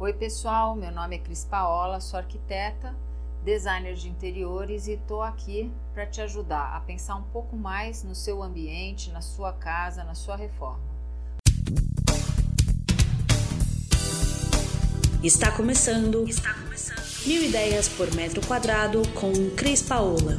Oi pessoal, meu nome é Cris Paola, sou arquiteta, designer de interiores e estou aqui para te ajudar a pensar um pouco mais no seu ambiente, na sua casa, na sua reforma. Está começando 1000 ideias por metro quadrado com Cris Paola.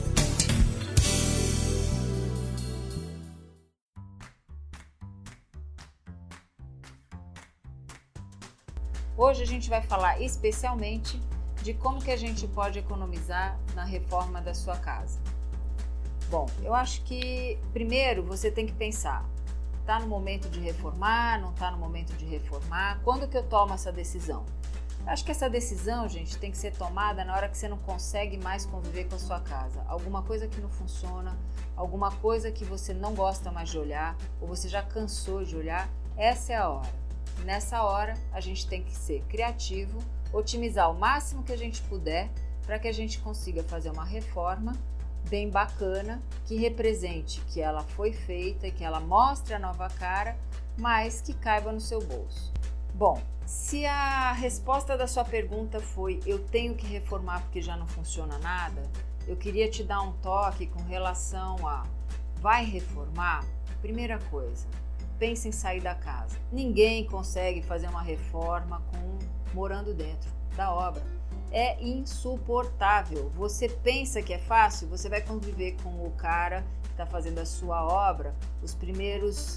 Hoje a gente vai falar especialmente de como que a gente pode economizar na reforma da sua casa. Bom, eu acho que primeiro você tem que pensar, está no momento de reformar, não está no momento de reformar, quando que eu tomo essa decisão? Eu acho que essa decisão, gente, tem que ser tomada na hora que você não consegue mais conviver com a sua casa. Alguma coisa que não funciona, alguma coisa que você não gosta mais de olhar, ou você já cansou de olhar, essa é a hora. Nessa hora, a gente tem que ser criativo, otimizar o máximo que a gente puder para que a gente consiga fazer uma reforma bem bacana, que represente que ela foi feita e que ela mostre a nova cara, mas que caiba no seu bolso. Bom, se a resposta da sua pergunta foi eu tenho que reformar porque já não funciona nada, eu queria te dar um toque com relação a vai reformar? Primeira coisa, pense em sair da casa. Ninguém consegue fazer uma reforma morando dentro da obra. É insuportável. Você pensa que é fácil? Você vai conviver com o cara que está fazendo a sua obra os primeiros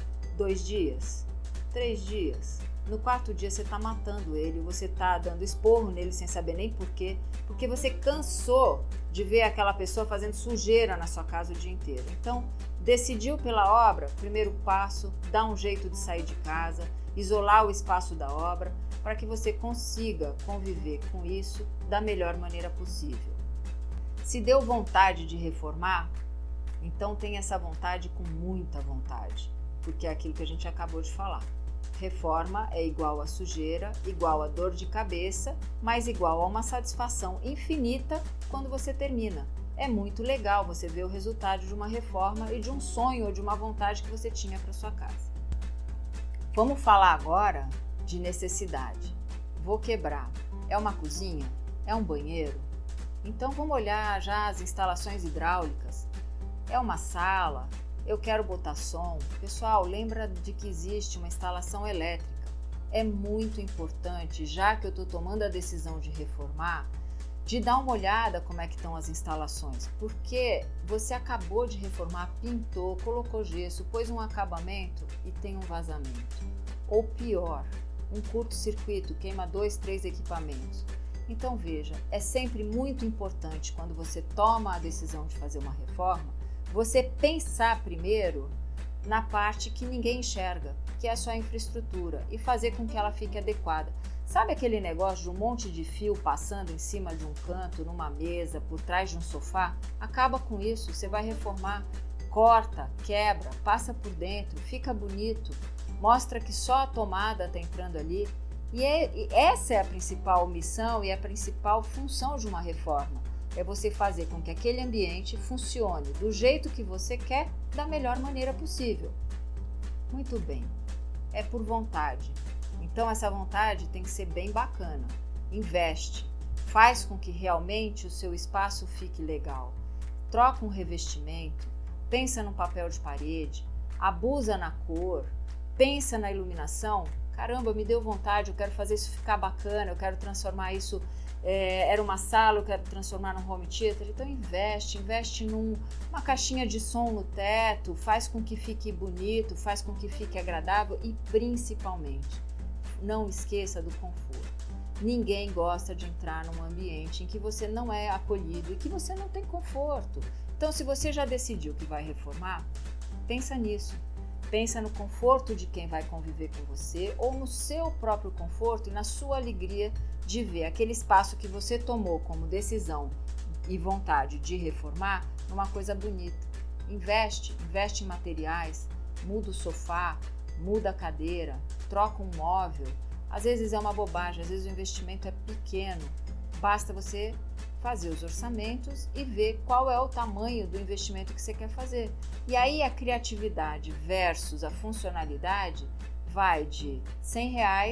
2 dias, 3 dias. No 4º dia você está matando ele, você está dando esporro nele sem saber nem porquê, porque você cansou de ver aquela pessoa fazendo sujeira na sua casa o dia inteiro. Então, decidiu pela obra, primeiro passo, dá um jeito de sair de casa, isolar o espaço da obra, para que você consiga conviver com isso da melhor maneira possível. Se deu vontade de reformar, então tenha essa vontade com muita vontade, porque é aquilo que a gente acabou de falar. Reforma é igual a sujeira, igual a dor de cabeça, mas igual a uma satisfação infinita quando você termina. É muito legal você ver o resultado de uma reforma e de um sonho ou de uma vontade que você tinha para sua casa. Vamos falar agora de necessidade. Vou quebrar. É uma cozinha? É um banheiro? Então vamos olhar já as instalações hidráulicas. É uma sala? Eu quero botar som. Pessoal, lembra de que existe uma instalação elétrica. É muito importante, já que eu estou tomando a decisão de reformar, de dar uma olhada como é que estão as instalações, porque você acabou de reformar, pintou, colocou gesso, pôs um acabamento e tem um vazamento. Ou pior, um curto-circuito, queima 2, 3 equipamentos. Então veja, é sempre muito importante quando você toma a decisão de fazer uma reforma, você pensar primeiro na parte que ninguém enxerga, que é a sua infraestrutura, e fazer com que ela fique adequada. Sabe aquele negócio de um monte de fio passando em cima de um canto, numa mesa, por trás de um sofá? Acaba com isso, você vai reformar, corta, quebra, passa por dentro, fica bonito, mostra que só a tomada está entrando ali. E essa é a principal missão e a principal função de uma reforma. É você fazer com que aquele ambiente funcione do jeito que você quer, da melhor maneira possível. Muito bem, é por vontade. Então essa vontade tem que ser bem bacana. Investe, faz com que realmente o seu espaço fique legal. Troca um revestimento, pensa no papel de parede, abusa na cor, pensa na iluminação. Caramba, me deu vontade, eu quero fazer isso ficar bacana, eu quero transformar isso, era uma sala, eu quero transformar num home theater. Então investe numa caixinha de som no teto, faz com que fique bonito, faz com que fique agradável e principalmente, não esqueça do conforto. Ninguém gosta de entrar num ambiente em que você não é acolhido e que você não tem conforto. Então, se você já decidiu que vai reformar, pensa nisso. Pensa no conforto de quem vai conviver com você ou no seu próprio conforto e na sua alegria de ver aquele espaço que você tomou como decisão e vontade de reformar numa coisa bonita. Investe em materiais, muda o sofá, muda a cadeira, troca um móvel. Às vezes é uma bobagem, às vezes o investimento é pequeno. Basta você fazer os orçamentos e ver qual é o tamanho do investimento que você quer fazer. E aí a criatividade versus a funcionalidade vai de R$100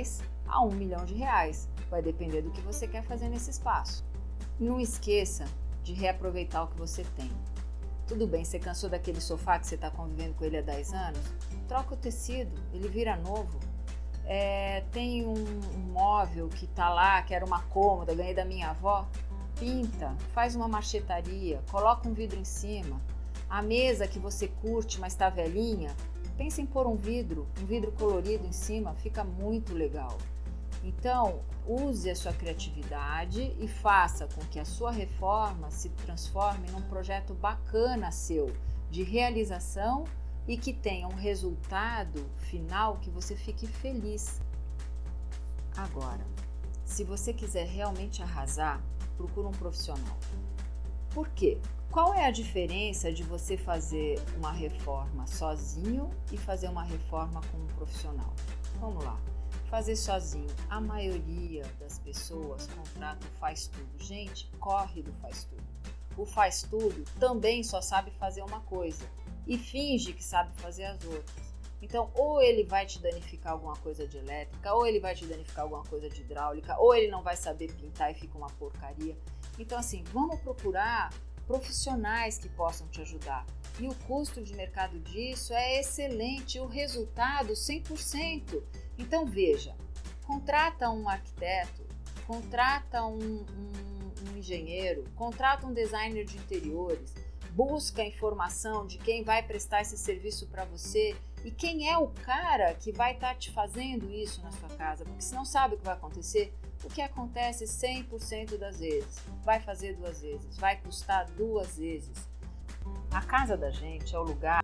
a R$1 milhão. Vai depender do que você quer fazer nesse espaço. Não esqueça de reaproveitar o que você tem. Tudo bem, você cansou daquele sofá que você está convivendo com ele há 10 anos? Troca o tecido, ele vira novo. Tem um móvel que está lá, que era uma cômoda, ganhei da minha avó, pinta, faz uma marchetaria, coloca um vidro em cima. A mesa que você curte, mas está velhinha, pensa em pôr um vidro colorido em cima, fica muito legal. Então, use a sua criatividade e faça com que a sua reforma se transforme num projeto bacana seu, de realização e que tenha um resultado final que você fique feliz. Agora, se você quiser realmente arrasar, procura um profissional. Por quê? Qual é a diferença de você fazer uma reforma sozinho e fazer uma reforma com um profissional? Vamos lá. Fazer sozinho, a maioria das pessoas contrata o faz tudo. Gente, corre do faz tudo. O faz tudo também só sabe fazer uma coisa e finge que sabe fazer as outras. Então, ou ele vai te danificar alguma coisa de elétrica, ou ele vai te danificar alguma coisa de hidráulica, ou ele não vai saber pintar e fica uma porcaria. Então, assim, vamos procurar profissionais que possam te ajudar. E o custo de mercado disso é excelente, o resultado 100%. Então veja, contrata um arquiteto, contrata um engenheiro, contrata um designer de interiores, busca informação de quem vai prestar esse serviço para você e quem é o cara que vai estar te fazendo isso na sua casa, porque se não sabe o que vai acontecer, o que acontece 100% das vezes, vai fazer 2 vezes, vai custar 2 vezes. A casa da gente é o lugar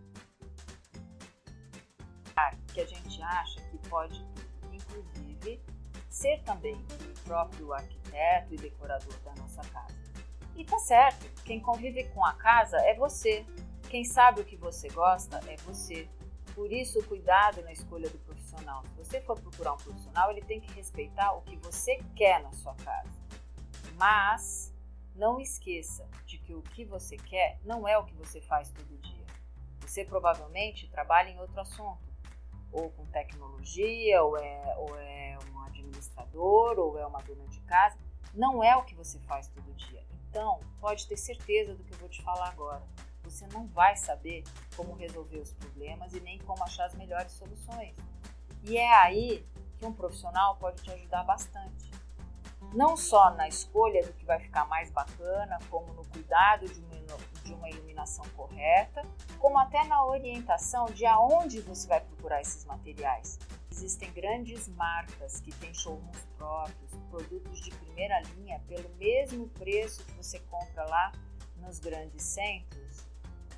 que a gente acha que pode, inclusive, ser também o próprio arquiteto e decorador da nossa casa. E tá certo, quem convive com a casa é você, quem sabe o que você gosta é você. Por isso, cuidado na escolha do profissional. Se você for procurar um profissional, ele tem que respeitar o que você quer na sua casa. Mas não esqueça de que o que você quer não é o que você faz todo dia. Você provavelmente trabalha em outro assunto, ou com tecnologia, ou é um administrador, ou é uma dona de casa. Não é o que você faz todo dia. Então, pode ter certeza do que eu vou te falar agora. Você não vai saber como resolver os problemas e nem como achar as melhores soluções. E é aí que um profissional pode te ajudar bastante. Não só na escolha do que vai ficar mais bacana, como no cuidado de uma iluminação correta, como até na orientação de aonde você vai procurar esses materiais. Existem grandes marcas que têm showrooms próprios, produtos de primeira linha, pelo mesmo preço que você compra lá nos grandes centros,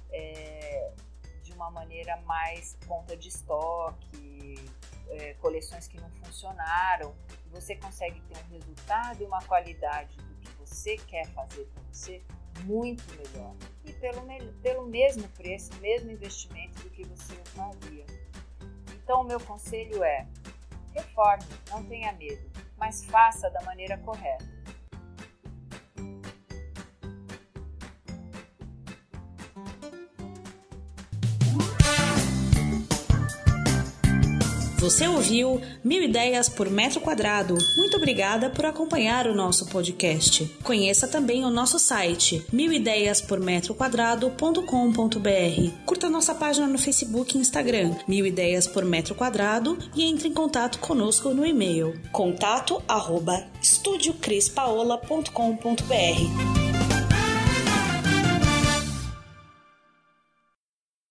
de uma maneira mais ponta de estoque, coleções que não funcionaram. Você consegue ter um resultado e uma qualidade do que você quer fazer para você muito melhor. E pelo mesmo preço, mesmo investimento do que você faria. Então, o meu conselho é: reforme, não tenha medo, mas faça da maneira correta. Você ouviu 1000 ideias por metro quadrado. Muito obrigada por acompanhar o nosso podcast. Conheça também o nosso site 1000ideiaspormetroquadrado.com.br. Curta nossa página no Facebook e Instagram 1000 ideias por metro quadrado e entre em contato conosco no e-mail contato@estudiocrispaola.com.br.